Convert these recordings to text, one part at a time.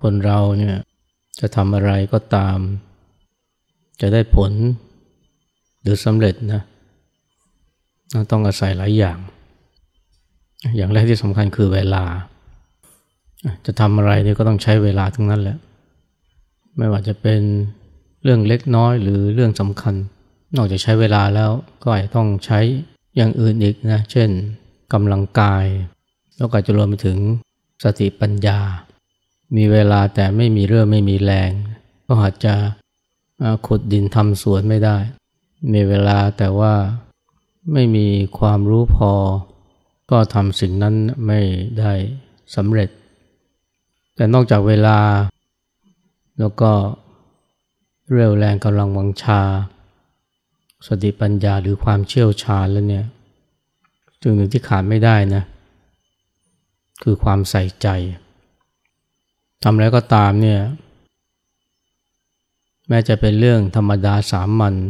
คนเราเนี่ยจะทำอะไรก็ตามจะได้ผลหรือสำเร็จนะต้องอาศัยหลายอย่างแรกที่สำคัญคือเวลาจะทำอะไรนี่ก็ต้องใช้เวลาทั้งนั้นแหละไม่ว่าจะเป็นเรื่องเล็กน้อยหรือเรื่องสำคัญนอกจากใช้เวลาแล้วก็อาจจะต้องใช้อย่างอื่นอีกนะเช่นกำลังกายแล้วก็จะรวมไปถึงสติปัญญามีเวลาแต่ไม่มีเรื่องไม่มีแรงก็อาจจะขุดดินทำสวนไม่ได้มีเวลาแต่ว่าไม่มีความรู้พอก็ทำสิ่งนั้นไม่ได้สำเร็จแต่นอกจากเวลาแล้วก็เรี่ยวแรงกำลังวังชาสติปัญญาหรือความเชี่ยวชาญแล้วเนี่ยสิ่งหนึ่งที่ขาดไม่ได้นะคือความใส่ใจทำอะไรก็ตามเนี่ยแม้จะเป็นเรื่องธรรมดาสามัญ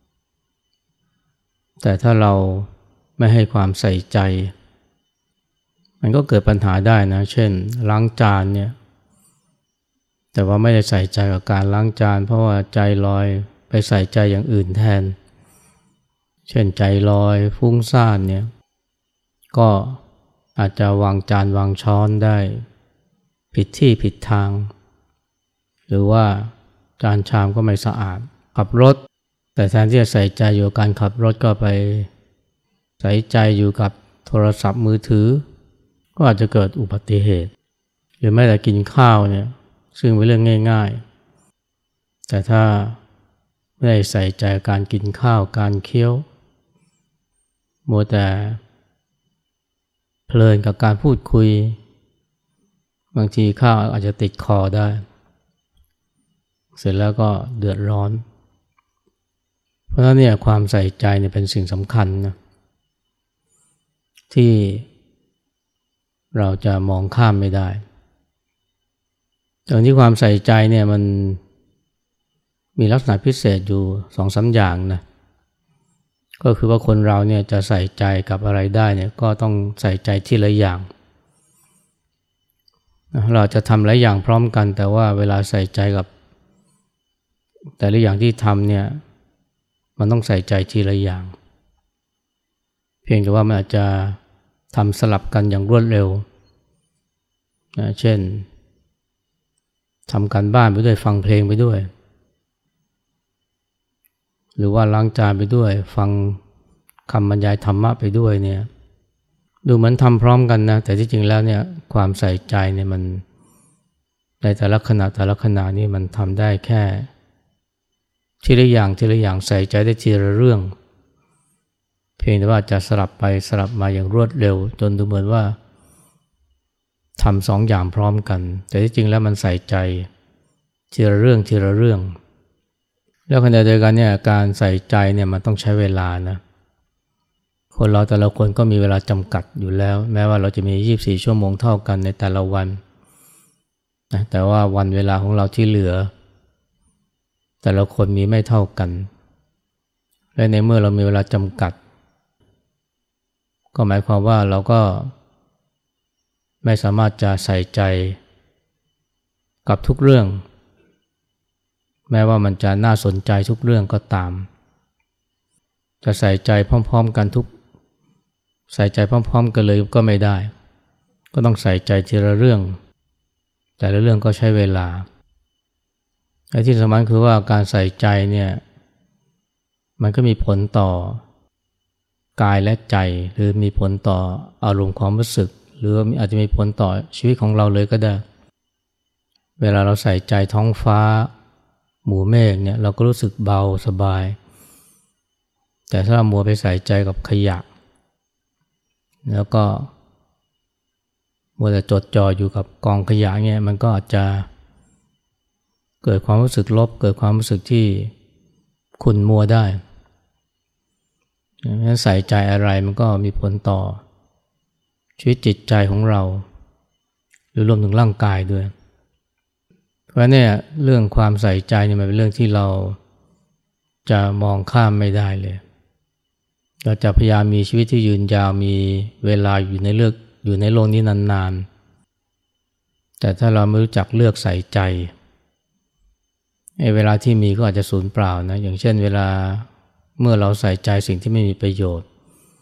แต่ถ้าเราไม่ให้ความใส่ใจมันก็เกิดปัญหาได้นะเช่นล้างจานเนี่ยแต่ว่าไม่ได้ใส่ใจกับการล้างจานเพราะว่าใจลอยไปใส่ใจอย่างอื่นแทนเช่นใจลอยฟุ้งซ่านเนี่ยก็อาจจะวางจานวางช้อนได้ผิดที่ผิดทางหรือว่าจานชามก็ไม่สะอาดขับรถแต่แทนที่จะใส่ใจอยู่กับการขับรถก็ไปใส่ใจอยู่กับโทรศัพท์มือถือก็อาจจะเกิดอุบัติเหตุหรือแม้แต่กินข้าวเนี่ยซึ่งเป็นเรื่องง่ายๆแต่ถ้าไม่ได้ใส่ใจการกินข้าวการเคี้ยวมัวแต่เพลินกับการพูดคุยบางทีข้าวอาจจะติดคอได้เสร็จแล้วก็เดือดร้อนเพราะฉะนั้นเนี่ยความใส่ใจเนี่ยเป็นสิ่งสำคัญนะที่เราจะมองข้ามไม่ได้ตรงที่ความใส่ใจเนี่ยมันมีลักษณะพิเศษอยู่ 2-3 อย่างนะก็คือว่าคนเราเนี่ยจะใส่ใจกับอะไรได้เนี่ยก็ต้องใส่ใจทีละอย่างเราจะทำหลายอย่างพร้อมกันแต่ว่าเวลาใส่ใจกับแต่ละอย่างที่ทำเนี่ยมันต้องใส่ใจทีละอย่างเพียงแต่ว่ามันอาจจะทำสลับกันอย่างรวดเร็วเช่นทำการบ้านไปด้วยฟังเพลงไปด้วยหรือว่าล้างจานไปด้วยฟังคำบรรยายธรรมะไปด้วยเนี่ยดูเหมือนทำพร้อมกันนะแต่ที่จริงแล้วเนี่ยความใส่ใจเนี่ยมันในแต่ละขณะนี่มันทำได้แค่ทีละอย่างใส่ใจได้ทีละเรื่องเพียงแต่ว่าจะสลับไปสลับมาอย่างรวดเร็วจนดูเหมือนว่าทำ2 อย่างพร้อมกันแต่ที่จริงแล้วมันใส่ใจทีละเรื่องแล้วขณะเดียวกันเนี่ยการใส่ใจเนี่ยมันต้องใช้เวลานะคนเราแต่ละคนก็มีเวลาจำกัดอยู่แล้วแม้ว่าเราจะมี24 ชั่วโมงเท่ากันในแต่ละวันนะแต่ว่าวันเวลาของเราที่เหลือแต่ละคนมีไม่เท่ากันและในเมื่อเรามีเวลาจำกัดก็หมายความว่าเราก็ไม่สามารถจะใส่ใจกับทุกเรื่องแม้ว่ามันจะน่าสนใจทุกเรื่องก็ตามจะใส่ใจพร้อมๆกันใส่ใจพร้อมๆกันเลยก็ไม่ได้ก็ต้องใส่ใจทีละเรื่องแต่ละเรื่องก็ใช้เวลาไอ้ที่สำคัญคือว่าการใส่ใจเนี่ยมันก็มีผลต่อกายและใจหรือมีผลต่ออารมณ์ความรู้สึกหรืออาจจะมีผลต่อชีวิตของเราเลยก็ได้เวลาเราใส่ใจท้องฟ้าหมู่เมฆเนี่ยเราก็รู้สึกเบาสบายแต่ถ้าเรามัวไปใส่ใจกับขยะแล้วก็มัวแต่จดจ่ออยู่กับกองขยะเนี่ยมันก็อาจจะเกิดความรู้สึกลบเกิดความรู้สึกที่ขุ่นมัวได้งั้นใส่ใจอะไรมันก็มีผลต่อชีวิตจิตใจของเราหรือรวมถึงร่างกายด้วยเพราะเนี่ยเรื่องความใส่ใจเนี่ยมันเป็นเรื่องที่เราจะมองข้ามไม่ได้เลยเราจะพยายามมีชีวิตที่ยืนยาวมีเวลาอยู่ในโลกนี้นานๆแต่ถ้าเราไม่รู้จักเลือกใส่ใจเวลาที่มีก็อาจจะสูญเปล่านะอย่างเช่นเวลาเมื่อเราใส่ใจสิ่งที่ไม่มีประโยชน์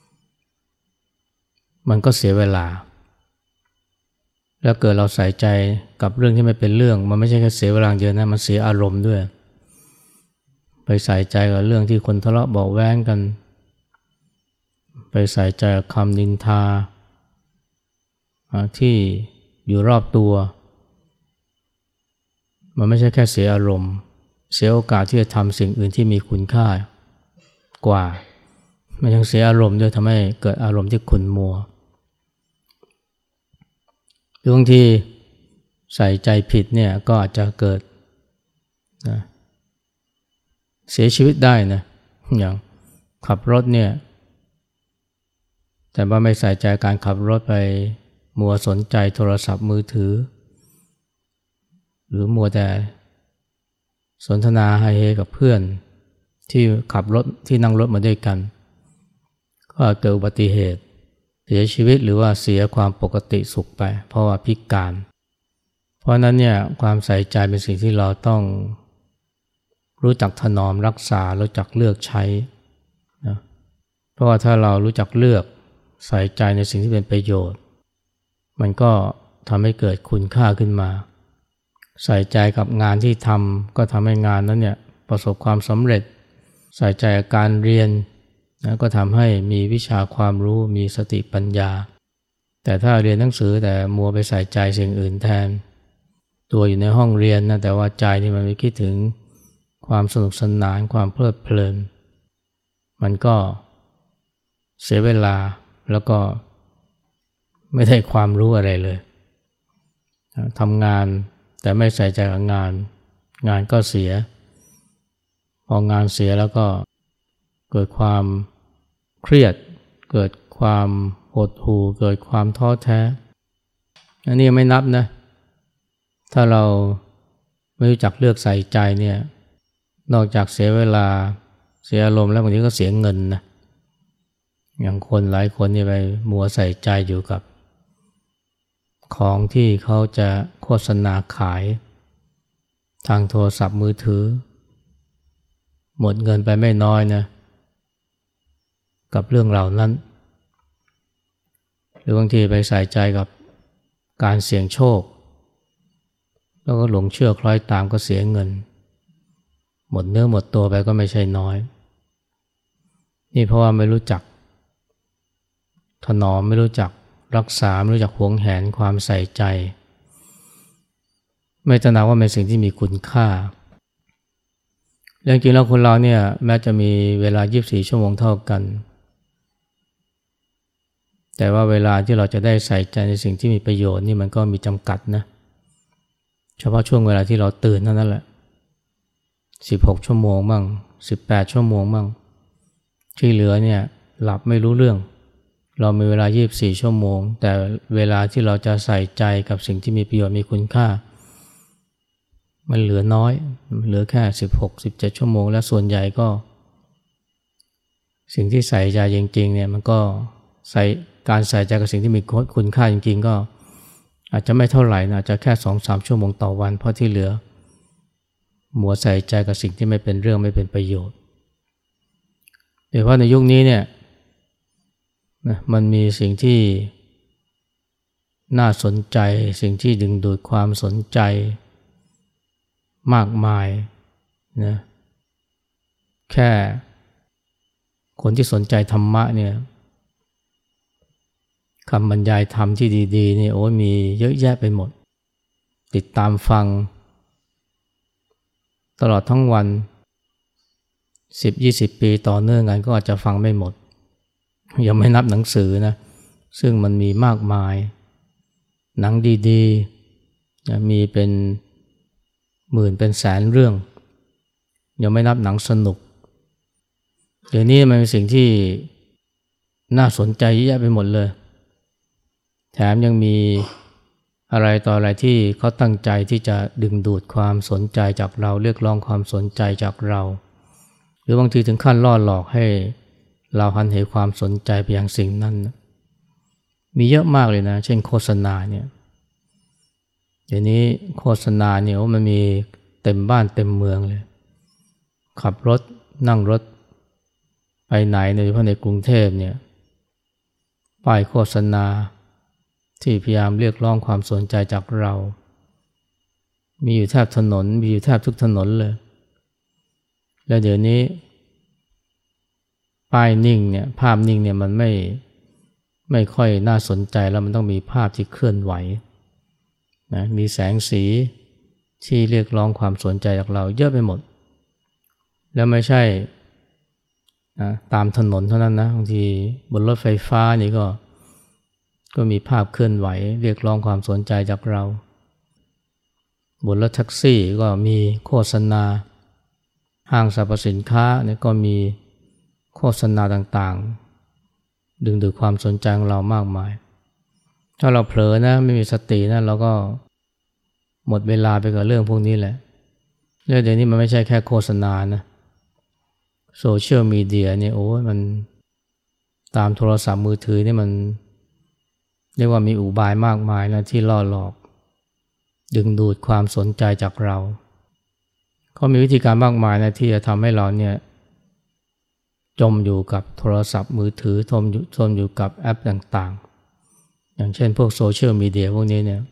มันก็เสียเวลาแล้วเกิดเราใส่ใจกับเรื่องที่ไม่เป็นเรื่องมันไม่ใช่แค่เสียเวลาเดียวนะมันเสียอารมณ์ด้วยไปใส่ใจกับเรื่องที่คนทะเลาะเบาะแว้งกันไปใส่ใจกับคำนินทาที่อยู่รอบตัวมันไม่ใช่แค่เสียอารมณ์เสียโอกาสที่จะทำสิ่งอื่นที่มีคุณค่ากว่ามันยังเสียอารมณ์ด้วยทำให้เกิดอารมณ์ที่ขุ่นมัวหรือบางทีใส่ใจผิดเนี่ยก็อาจจะเกิดนะเสียชีวิตได้นะอย่างขับรถเนี่ยแต่ว่าไม่ใส่ใจการขับรถไปมัวสนใจโทรศัพท์มือถือหรือมัวแต่สนทนาไฮเฮกับเพื่อนที่ขับรถที่นั่งรถมาด้วยกันก็เกิดอุบัติเหตุเสียชีวิตหรือว่าเสียความปกติสุขไปเพราะว่าพิการเพราะนั้นเนี่ยความใส่ใจเป็นสิ่งที่เราต้องรู้จักถนอมรักษารู้จักเลือกใช้นะเพราะว่าถ้าเรารู้จักเลือกใส่ใจในสิ่งที่เป็นประโยชน์มันก็ทำให้เกิดคุณค่าขึ้นมาใส่ใจกับงานที่ทำก็ทำให้งานนั้นเนี่ยประสบความสำเร็จใส่ใจกับการเรียนนะก็ทำให้มีวิชาความรู้มีสติปัญญาแต่ถ้าเรียนหนังสือแต่มัวไปใส่ใจสิ่งอื่นแทนตัวอยู่ในห้องเรียนนะแต่ว่าใจนี่มันไม่คิดถึงความสนุกสนานความเพลิดเพลินมันก็เสียเวลาแล้วก็ไม่ได้ความรู้อะไรเลยทำงานแต่ไม่ใส่ใจกับงานงานก็เสียพองานเสียแล้วก็เกิดความเครียดเกิดความหดหู่เกิดความท้อแท้อันนี้ไม่นับนะถ้าเราไม่รู้จักเลือกใส่ใจเนี่ยนอกจากเสียเวลาเสียอารมณ์แล้วบางทีก็เสียเงินนะอย่างคนหลายคนนี่ไปมัวใส่ใจอยู่กับของที่เขาจะโฆษณาขายทางโทรศัพท์มือถือหมดเงินไปไม่น้อยนะกับเรื่องเหล่านั้นหรือบางทีไปใส่ใจกับการเสี่ยงโชคแล้วก็หลงเชื่อคล้อยตามก็เสียเงินหมดเนื้อหมดตัวไปก็ไม่ใช่น้อยนี่เพราะว่าไม่รู้จักถนอมไม่รู้จักรักษาไม่รู้จักหวงแหนความใส่ใจไม่ตระหนักว่าเป็นสิ่งที่มีคุณค่าจริงๆแล้วคนเราเนี่ยแม้จะมีเวลา24ชั่วโมงเท่ากันแต่ว่าเวลาที่เราจะได้ใส่ใจในสิ่งที่มีประโยชน์นี่มันก็มีจำกัดนะเฉพาะช่วงเวลาที่เราตื่นเท่านั้นแหละ16ชั่วโมงบ้าง18ชั่วโมงบ้างที่เหลือเนี่ยหลับไม่รู้เรื่องเรามีเวลา24ชั่วโมงแต่เวลาที่เราจะใส่ใจกับสิ่งที่มีประโยชน์มีคุณค่ามันเหลือน้อยเหลือแค่16-17ชั่วโมงและส่วนใหญ่ก็สิ่งที่ใส่ใจจริงๆเนี่ยมันก็การใส่ใจกับสิ่งที่มีคุณค่าจริงๆก็อาจจะไม่เท่าไหร่นะอาจจะแค่ 2-3 ชั่วโมงต่อวันเพราะที่เหลือมัวใส่ใจกับสิ่งที่ไม่เป็นเรื่องไม่เป็นประโยชน์โดยเฉพาะในยุคนี้เนี่ยมันมีสิ่งที่น่าสนใจสิ่งที่ดึงดูดความสนใจมากมายนะแค่คนที่สนใจธรรมะเนี่ยคำบรรยายธรรมที่ดีๆนี่โอ้ยมีเยอะแยะไปหมดติดตามฟังตลอดทั้งวัน 10-20 ปีต่อเนื่องกันก็อาจจะฟังไม่หมดยังไม่นับหนังสือนะซึ่งมันมีมากมายหนังดีๆมีเป็นหมื่นเป็นแสนเรื่องยังไม่นับหนังสนุกเดี๋ยวนี้มันเป็นสิ่งที่น่าสนใจเยอะแยะไปหมดเลยแถมยังมีอะไรต่ออะไรที่เขาตั้งใจที่จะดึงดูดความสนใจจากเราเรียกร้องความสนใจจากเราหรือบางทีถึงขั้นล่อหลอกให้เราหันเหความสนใจไปยังสิ่งนั้นมีเยอะมากเลยนะเช่นโฆษณาเนี่ยเดี๋ยวนี้โฆษณาเนี่ยมันมีเต็มบ้านเต็มเมืองเลยขับรถนั่งรถไปไหนโดยเฉพาะในกรุงเทพเนี่ยป้ายโฆษณาที่พยายามเรียกร้องความสนใจจากเรามีอยู่แทบถนนมีอยู่แทบทุกถนนเลยและเดี๋ยวนี้ป้ายนิ่งเนี่ยภาพนิ่งเนี่ยมันไม่ค่อยน่าสนใจแล้วมันต้องมีภาพที่เคลื่อนไหวนะมีแสงสีที่เรียกร้องความสนใจจากเราเยอะไปหมดแล้วไม่ใช่นะตามถนนเท่านั้นนะบางทีบนรถไฟฟ้านี่ก็มีภาพเคลื่อนไหวเรียกร้องความสนใจจากเราบนรถแท็กซี่ก็มีโฆษณาห้างสรรพสินค้าเนี่ยก็มีโฆษณาต่างๆดึงดูดความสนใจของเรามากมายถ้าเราเผลอนะไม่มีสตินะเราก็หมดเวลาไปกับเรื่องพวกนี้แหละเรื่องเดี๋ยวนี้มันไม่ใช่แค่โฆษณานะโซเชียลมีเดียเนี่ยโอ้มันตามโทรศัพท์มือถือนี่มันเรียกว่ามีอุบายมากมายนะที่ล่อหลอกดึงดูดความสนใจจากเราเขามีวิธีการมากมายนะที่จะทำให้เราเนี่ยจมอยู่กับโทรศัพท์มือถือจมอยู่กับแอปต่างๆอย่างเช่นพวกโซเชียลมีเดียพวกนี้เนี่ย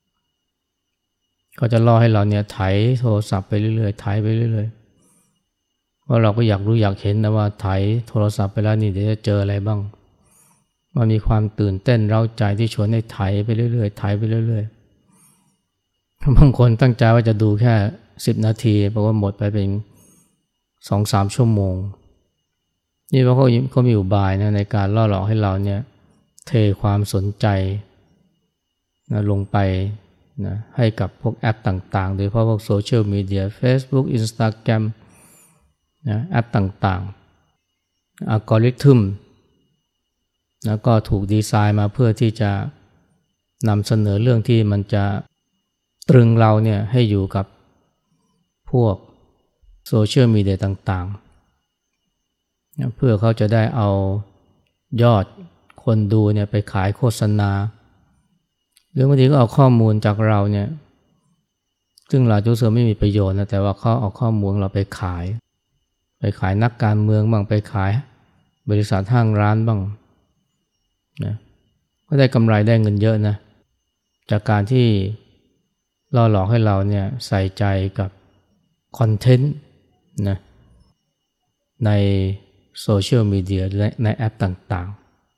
ก็จะล่อให้เราเนี่ยไถโทรศัพท์ไปเรื่อยๆไถไปเรื่อยๆเพราะเราก็อยากรู้อยากเห็นนะว่าไถโทรศัพท์ไปแล้วนี่เดี๋ยวจะเจออะไรบ้างมันมีความตื่นเต้นเร้าใจที่ชวนให้ไถไปเรื่อยๆไถไปเรื่อยๆบางคนตั้งใจว่าจะดูแค่10 นาทีเพราะว่าหมดไปเป็น 2-3 ชั่วโมงนี่เพราะเขามีอุบายนะในการล่อหลอกให้เราเนี่ยเทความสนใจนะลงไปนะให้กับพวกแอปต่างๆโดยเฉพาะพวกโซเชียลมีเดีย Facebook Instagram นะแอปต่างๆอัลกอริทึมนะก็ถูกดีไซน์มาเพื่อที่จะนำเสนอเรื่องที่มันจะตรึงเราเนี่ยให้อยู่กับพวกโซเชียลมีเดียต่างๆนะเพื่อเขาจะได้เอายอดคนดูเนี่ยไปขายโฆษณาหรือบางทีก็เอาข้อมูลจากเราเนี่ยซึ่งเราจะรู้สึกไม่มีประโยชน์นะแต่ว่าเขาเอาข้อมูลเราไปขายนักการเมืองบ้างไปขายบริษัทห้างร้านบ้างนะก็ได้กำไรได้เงินเยอะนะจากการที่ล่อหลอกให้เราเนี่ยใส่ใจกับคอนเทนต์นะในโซเชียลมีเดียและในแอปต่าง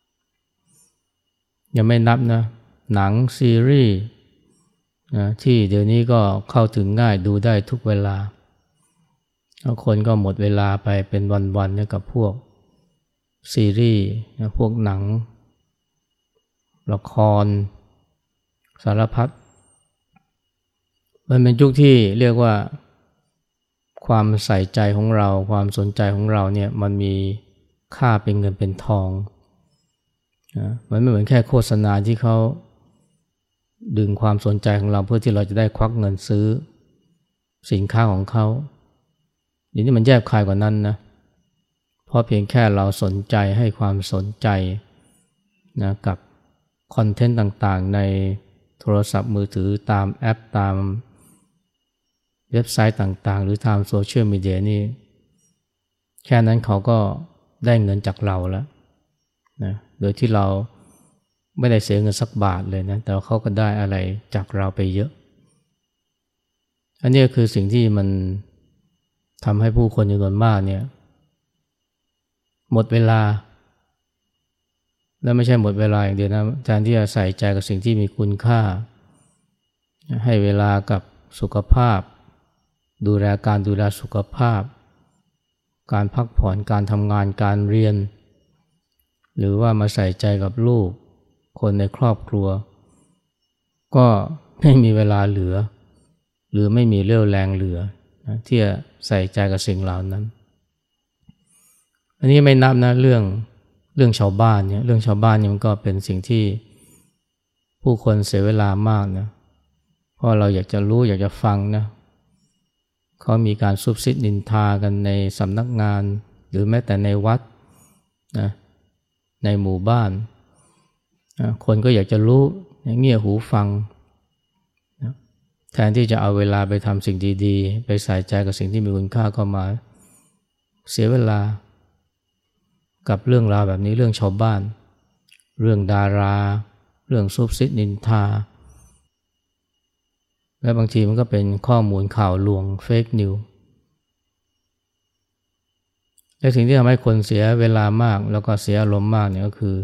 ๆยังไม่นับนะหนังซีรีส์นะที่เดี๋ยวนี้ก็เข้าถึงง่ายดูได้ทุกเวลาคนก็หมดเวลาไปเป็นวันๆกับพวกซีรีส์นะพวกหนังละครสารพัดมันเป็นยุคที่เรียกว่าความใส่ใจของเราความสนใจของเราเนี่ยมันมีค่าเป็นเงินเป็นทองนะมันไม่เหมือนแค่โฆษณาที่เขาดึงความสนใจของเราเพื่อที่เราจะได้ควักเงินซื้อสินค้าของเขาอย่างนี้มันแยบคายกว่านั้นนะเพราะเพียงแค่เราสนใจให้ความสนใจนะกับคอนเทนต์ต่างๆในโทรศัพท์มือถือตามแอปตามเว็บไซต์ต่างๆหรือทางโซเชียลมีเดียนี่แค่นั้นเขาก็ได้เงินจากเราแล้วนะโดยที่เราไม่ได้เสียเงินสักบาทเลยนะแต่เขาก็ได้อะไรจากเราไปเยอะอันนี้คือสิ่งที่มันทำให้ผู้คนจำนวนมากเนี่ยหมดเวลาและไม่ใช่หมดเวลาอย่างเดียวนะแทนที่จะใส่ใจกับสิ่งที่มีคุณค่าให้เวลากับสุขภาพดูแลสุขภาพการพักผ่อนการทำงานการเรียนหรือว่ามาใส่ใจกับลูกคนในครอบครัวก็ไม่มีเวลาเหลือหรือไม่มีเรี่ยวแรงเหลือนะที่จะใส่ใจกับสิ่งเหล่านั้นอันนี้ไม่นับนะเรื่องชาวบ้านเนี่ยเรื่องชาวบ้านเนี่ยมันก็เป็นสิ่งที่ผู้คนเสียเวลามากนะเพราะเราอยากจะรู้อยากจะฟังนะเขามีการซุบซิบนินทากันในสำนักงานหรือแม้แต่ในวัดนะในหมู่บ้านนะคนก็อยากจะรู้เงี่ยหูฟังนะแทนที่จะเอาเวลาไปทำสิ่งดีๆไปใส่ใจกับสิ่งที่มีคุณค่าเข้ามาเสียเวลากับเรื่องราวแบบนี้เรื่องชาวบ้านเรื่องดาราเรื่องซุบซิบนินทาและบางทีมันก็เป็นข้อมูลข่าวลวงเฟกนิวส์และสิ่งที่ทำให้คนเสียเวลามากแล้วก็เสียอารมณ์มากเนี่ยก็คือ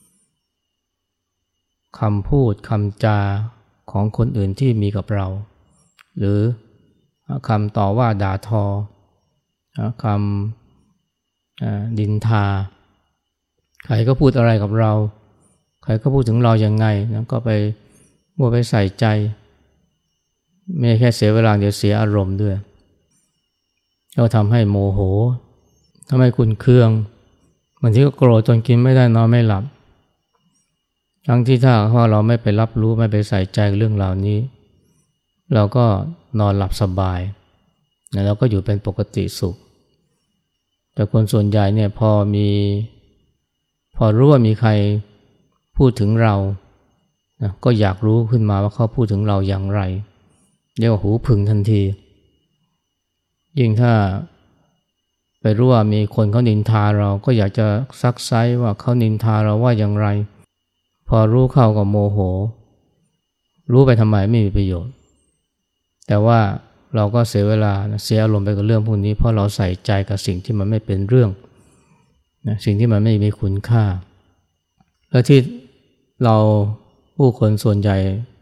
คำพูดคำจาของคนอื่นที่มีกับเราหรือคำต่อว่าด่าทอคำดินทาใครก็พูดอะไรกับเราใครก็พูดถึงเราอย่างไงนะก็ไปมัวไปใส่ใจไม่แค่เสียเวลาเดี๋ยวเสียอารมณ์ด้วยก็ทำให้โมโหทำให้ขุ่นเคืองบางทีก็โกรธจนกินไม่ได้นอนไม่หลับทั้งที่ถ้าเราไม่ไปรับรู้ไม่ไปใส่ใจเรื่องราวนี้เราก็นอนหลับสบายนะเราก็อยู่เป็นปกติสุขแต่คนส่วนใหญ่เนี่ยพอรู้ว่ามีใครพูดถึงเรานะก็อยากรู้ขึ้นมาว่าเขาพูดถึงเราอย่างไรเรียกว่าหูผึ่งทันทียิ่งถ้าไปรู้ว่ามีคนเขานินทาเราก็อยากจะซักไซ้ว่าเขานินทาเราว่าอย่างไรพอรู้เข้าก็โมโหรู้ไปทำไมไม่มีประโยชน์แต่ว่าเราก็เสียเวลาเสียอารมณ์ไปกับเรื่องพวกนี้เพราะเราใส่ใจกับสิ่งที่มันไม่เป็นเรื่องนะสิ่งที่มันไม่มีคุณค่าและที่เราผู้คนส่วนใหญ่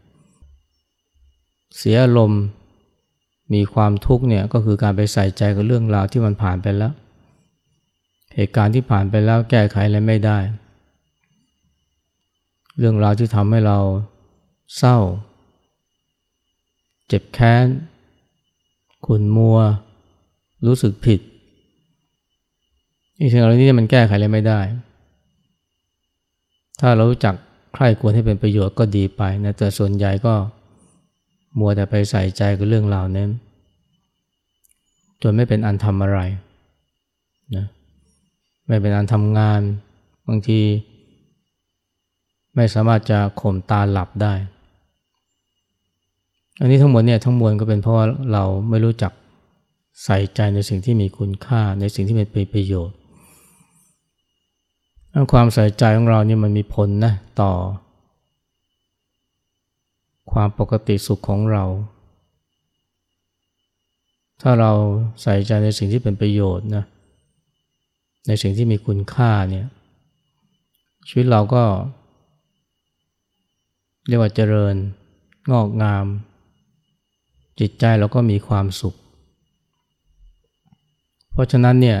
เสียอารมณ์มีความทุกข์เนี่ยก็คือการไปใส่ใจกับเรื่องราวที่มันผ่านไปแล้วเหตุการณ์ที่ผ่านไปแล้วแก้ไขอะไรไม่ได้เรื่องราวที่ทำให้เราเศร้าเจ็บแค้นขุ่นมัวรู้สึกผิดสิ่งเหล่านี้มันแก้ไขอะไรไม่ได้ถ้าเรารู้จักใคร่ควรให้เป็นประโยชน์ก็ดีไปนะแต่ส่วนใหญ่ก็มัวแต่ไปใส่ใจกับเรื่องราวนั้นจนไม่เป็นอันทำอะไรนะไม่เป็นอันทำงานบางทีไม่สามารถจะข่มตาหลับได้อันนี้ทั้งหมดเนี่ยทั้งมวลก็เป็นเพราะว่าเราไม่รู้จักใส่ใจในสิ่งที่มีคุณค่าในสิ่งที่เป็นประโยชน์ความใส่ใจของเรานี่มันมีผลนะต่อความปกติสุขของเราถ้าเราใส่ใจในสิ่งที่เป็นประโยชน์นะในสิ่งที่มีคุณค่าเนี่ยชีวิตเราก็เรียกว่าเจริญงอกงามจิตใจเราก็มีความสุขเพราะฉะนั้นเนี่ย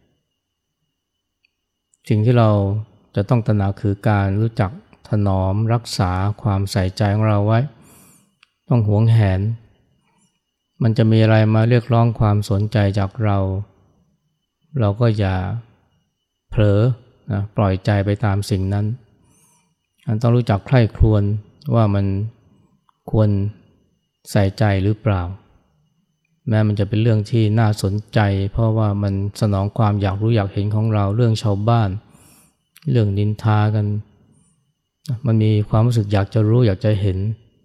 สิ่งที่เราจะต้องตระหนักคือการรู้จักถนอมรักษาความใส่ใจของเราไว้ต้องหวงแหนมันจะมีอะไรมาเรียกร้องความสนใจจากเราก็อย่าเผลอนะปล่อยใจไปตามสิ่งนั้นต้องรู้จักใคร่ครวญว่ามันควรใส่ใจหรือเปล่าแม้มันจะเป็นเรื่องที่น่าสนใจเพราะว่ามันสนองความอยากรู้อยากเห็นของเราเรื่องชาวบ้านเรื่องนินทากันมันมีความรู้สึกอยากจะรู้อยากจะเห็น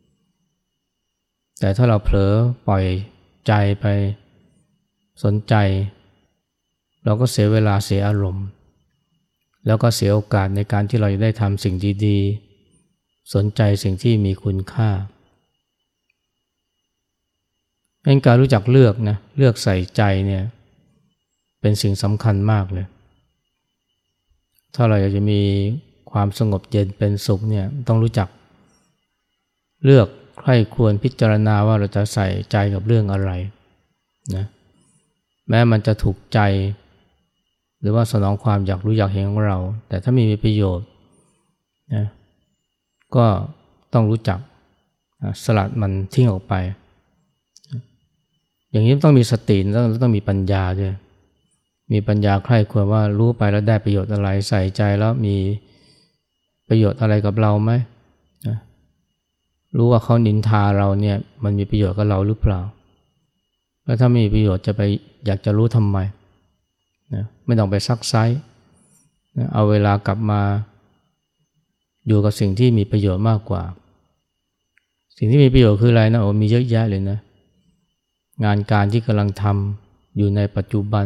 แต่ถ้าเราเผลอปล่อยใจไปสนใจเราก็เสียเวลาเสียอารมณ์แล้วก็เสียโอกาสในการที่เราจะได้ทำสิ่งดีๆสนใจสิ่งที่มีคุณค่าเป็นการรู้จักเลือกนะเลือกใส่ใจเนี่ยเป็นสิ่งสำคัญมากเลยถ้าเราอยากจะมีความสงบเย็นเป็นสุขเนี่ยต้องรู้จักเลือกใคร่ควรพิจารณาว่าเราจะใส่ใจกับเรื่องอะไรนะแม้มันจะถูกใจหรือว่าสนองความอยากรู้อยากเห็นของเราแต่ถ้ามีประโยชน์นะก็ต้องรู้จักสลัดมันทิ้งออกไปอย่างนี้ต้องมีสติต้องมีปัญญาด้วยมีปัญญาใคร่ควรว่ารู้ไปแล้วได้ประโยชน์อะไรใส่ใจแล้วมีประโยชน์อะไรกับเราไหมนะรู้ว่าเขานินทาเราเนี่ยมันมีประโยชน์กับเราหรือเปล่าแล้วถ้ามีประโยชน์จะไปอยากจะรู้ทำไมนะไม่ต้องไปซักไซ้นะเอาเวลากลับมาอยู่กับสิ่งที่มีประโยชน์มากกว่าสิ่งที่มีประโยชน์คืออะไรนะโอ้มีเยอะแยะเลยนะงานการที่กำลังทำอยู่ในปัจจุบัน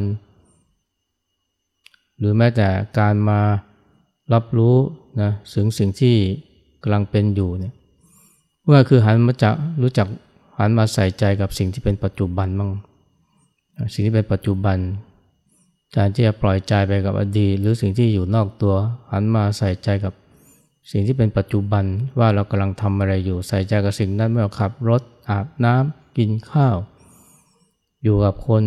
หรือแม้แต่การมารับรู้นะสิ่งที่กำลังเป็นอยู่เนี่ยเมื่อคือรู้จักหันมาใส่ใจกับสิ่งที่เป็นปัจจุบันบ้างสิ่งที่เป็นปัจจุบันแทนที่จะปล่อยใจไปกับอดีตหรือสิ่งที่อยู่นอกตัวหันมาใส่ใจกับสิ่งที่เป็นปัจจุบันว่าเรากำลังทำอะไรอยู่ใส่ใจกับสิ่งนั้นเมื่อขับรถอาบน้ำกินข้าวอยู่กับคน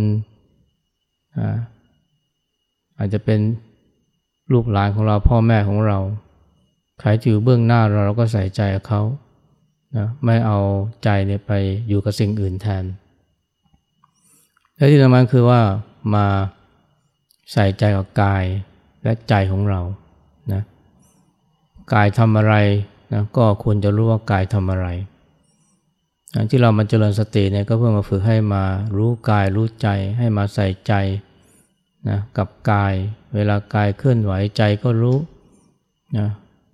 อาจจะเป็นลูกหลานของเราพ่อแม่ของเราใครที่อยู่เบื้องหน้าเราก็ใส่ใจกับเขานะไม่เอาใจเนี่ยไปอยู่กับสิ่งอื่นแทนและที่สำคัญคือว่ามาใส่ใจกับกายและใจของเรานะกายทำอะไรนะก็ควรจะรู้ว่ากายทำอะไรที่เรามาเจริญสติเนี่ยก็เพื่อมาฝึกให้มารู้กายรู้ใจให้มาใส่ใจนะกับกายเวลากายเคลื่อนไหวใจก็รู้นะ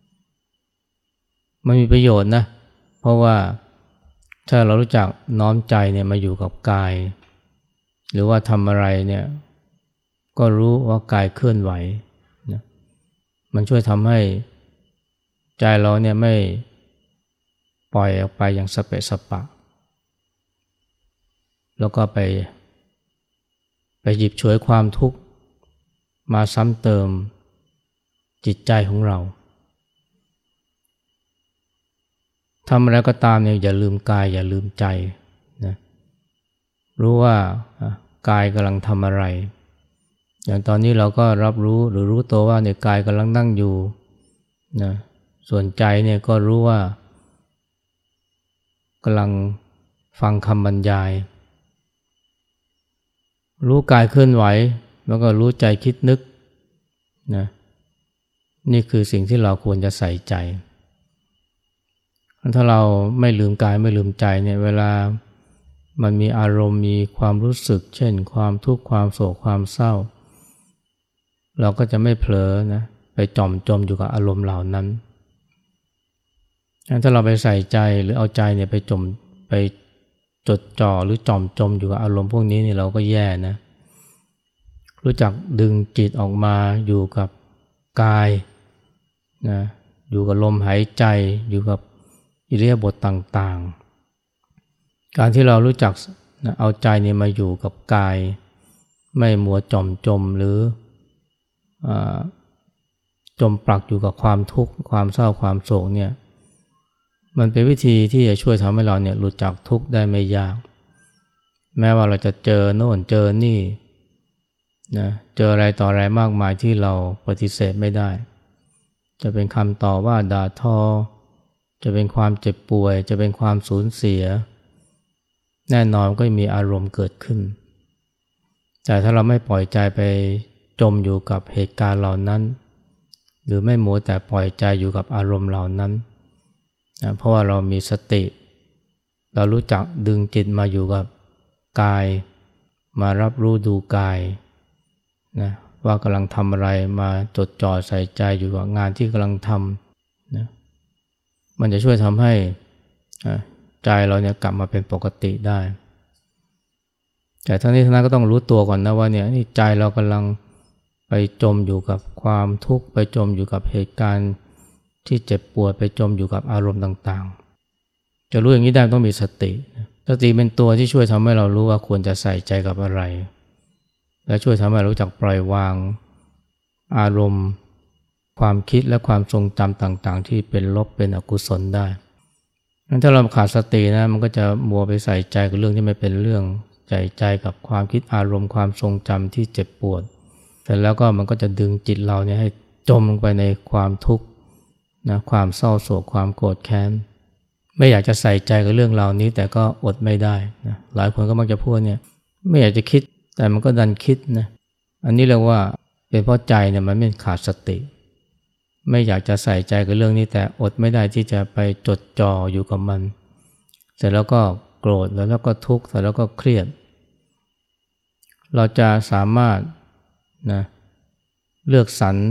มันมีประโยชน์นะเพราะว่าถ้าเรารู้จักน้อมใจเนี่ยมาอยู่กับกายหรือว่าทำอะไรเนี่ยก็รู้ว่ากายเคลื่อนไหวนะมันช่วยทำให้ใจเราเนี่ยไม่ปล่อยออกไปอย่างสเปะสปะแล้วก็ไปหยิบฉวยความทุกข์มาซ้ำเติมจิตใจของเราทำอะไรก็ตามเนี่ยอย่าลืมกายอย่าลืมใจนะรู้ว่ากายกำลังทำอะไรอย่างตอนนี้เราก็รับรู้หรือรู้ตัวว่าเนี่ยกายกำลังนั่งอยู่นะส่วนใจเนี่ยก็รู้ว่ากำลังฟังคำบรรยายรู้กายเคลื่อนไหวแล้วก็รู้ใจคิดนึกนะนี่คือสิ่งที่เราควรจะใส่ใจถ้าเราไม่ลืมกายไม่ลืมใจเนี่ยเวลามันมีอารมณ์มีความรู้สึกเช่นความทุกข์ความโศกความเศร้าเราก็จะไม่เผลอนะไปจมอยู่กับอารมณ์เหล่านั้นถ้าเราไปใส่ใจหรือเอาใจเนี่ยไปจดจ่อหรือจมอยู่กับอารมณ์พวกนี้นี่เราก็แย่นะรู้จักดึงจิตออกมาอยู่กับกายนะอยู่กับลมหายใจอยู่กับอิริยาบถต่างๆการที่เรารู้จักเอาใจเนี่ยมาอยู่กับกายไม่มัวจมหรือจมปลักอยู่กับความทุกข์ความเศร้าความโศกเนี่ยมันเป็นวิธีที่จะช่วยทำให้เราเนี่ยหลุดจากทุกข์ได้ไม่ยากแม้ว่าเราจะเจอโน่นเจอนี่นะเจออะไรต่ออะไรมากมายที่เราปฏิเสธไม่ได้จะเป็นคำต่อว่าด่าทอจะเป็นความเจ็บป่วยจะเป็นความสูญเสียแน่นอนก็มีอารมณ์เกิดขึ้นแต่ถ้าเราไม่ปล่อยใจไปจมอยู่กับเหตุการณ์เหล่านั้นหรือไม่มัวแต่ปล่อยใจอยู่กับอารมณ์เหล่านั้นนะเพราะว่าเรามีสติเรารู้จักดึงจิตมาอยู่กับกายมารับรู้ดูกายนะว่ากำลังทำอะไรมาจดจ่อใส่ใจอยู่กับงานที่กำลังทำนะมันจะช่วยทำให้ใจเราเนี่ยกลับมาเป็นปกติได้แต่ทั้งนี้ทั้งนั้นก็ต้องรู้ตัวก่อนนะว่าเนี่ยนี่ใจเรากำลังไปจมอยู่กับความทุกข์ไปจมอยู่กับเหตุการณ์ที่เจ็บปวดไปจมอยู่กับอารมณ์ต่างๆจะรู้อย่างนี้ได้ต้องมีสติสติเป็นตัวที่ช่วยทำให้เรารู้ว่าควรจะใส่ใจกับอะไรและช่วยทำให้เรารู้จักปล่อยวางอารมณ์ความคิดและความทรงจำต่างๆที่เป็นลบเป็นอกุศลได้งั้นถ้าเราขาดสตินะมันก็จะมัวไปใส่ใจกับเรื่องที่ไม่เป็นเรื่องใส่ใจกับความคิดอารมณ์ความทรงจำที่เจ็บปวดแต่แล้วก็มันก็จะดึงจิตเราเนี่ยให้จมลงไปในความทุกข์นะความเศร้าโศกความโกรธแค้นไม่อยากจะใส่ใจกับเรื่องเหล่านี้แต่ก็อดไม่ได้นะหลายคนก็มักจะพูดเนี่ยไม่อยากจะคิดแต่มันก็ดันคิดนะอันนี้เรียกว่าเป็นเพราะใจเนี่ยมันไม่ขาดสติไม่อยากจะใส่ใจกับเรื่องนี้แต่อดไม่ได้ที่จะไปจดจ่ออยู่กับมันเสร็จแล้วก็โกรธแล้วก็ทุกข์เสร็จแล้วก็เครียดเราจะสามารถนะเลือกสรร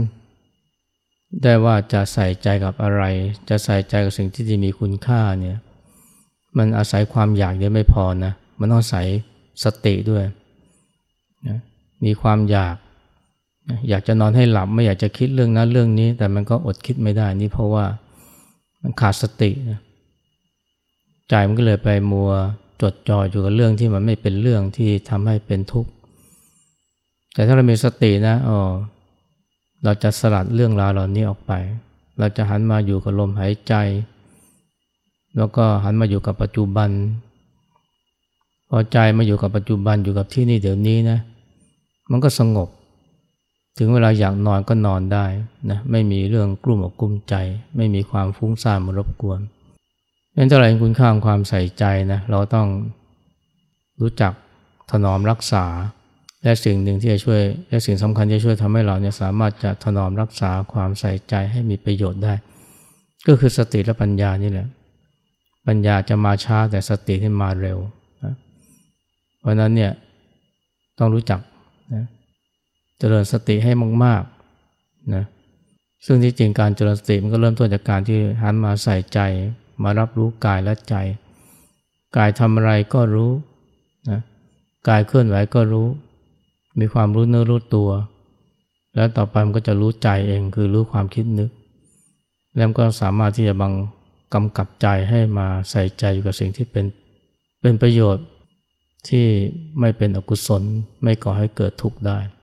ได้ว่าจะใส่ใจกับอะไรจะใส่ใจกับสิ่งที่มีคุณค่าเนี่ยมันอาศัยความอยากเดียวไม่พอนะมันต้องอาศัยสติด้วยนะมีความอยากอยากจะนอนให้หลับไม่อยากจะคิดเรื่องนั้นเรื่องนี้แต่มันก็อดคิดไม่ได้นี่เพราะว่ามันขาดสตินะใจมันก็เลยไปมัวจดจ่ออยู่กับเรื่องที่มันไม่เป็นเรื่องที่ทำให้เป็นทุกข์แต่ถ้าเรามีสตินะเราจะสลัดเรื่องราวเหล่านี้ออกไปเราจะหันมาอยู่กับลมหายใจแล้วก็หันมาอยู่กับปัจจุบันพอใจมาอยู่กับปัจจุบันอยู่กับที่นี่เดี๋ยวนี้นะมันก็สงบถึงเวลาอยากนอนก็นอนได้นะไม่มีเรื่องกลุ้มอกกลุ้มใจไม่มีความฟุ้งซ่านมารบกวนงั้นถ้าเราเห็นคุณค่าของความใส่ใจนะเราต้องรู้จักถนอมรักษาและสิ่งหนึ่งที่จะช่วยและสิ่งสำคัญที่จะช่วยทำให้เราเนี่ยสามารถจะถนอมรักษาความใส่ใจให้มีประโยชน์ได้ก็คือสติและปัญญานี่แหละปัญญาจะมาช้าแต่สติที่มาเร็วนะเพราะนั้นเนี่ยต้องรู้จักนะเจริญสติให้มากๆนะซึ่งที่จริงการเจริญสติมันก็เริ่มต้นจากการที่หันมาใส่ใจมารับรู้กายและใจกายทำอะไรก็รู้นะกายเคลื่อนไหวก็รู้มีความรู้เนื้อรู้ตัวแล้วต่อไปมันก็จะรู้ใจเองคือรู้ความคิดนึกแล้วก็สามารถที่จะกำกับใจให้มาใส่ใจอยู่กับสิ่งที่เป็นประโยชน์ที่ไม่เป็นอกุศลไม่ก่อให้เกิดทุกข์ได้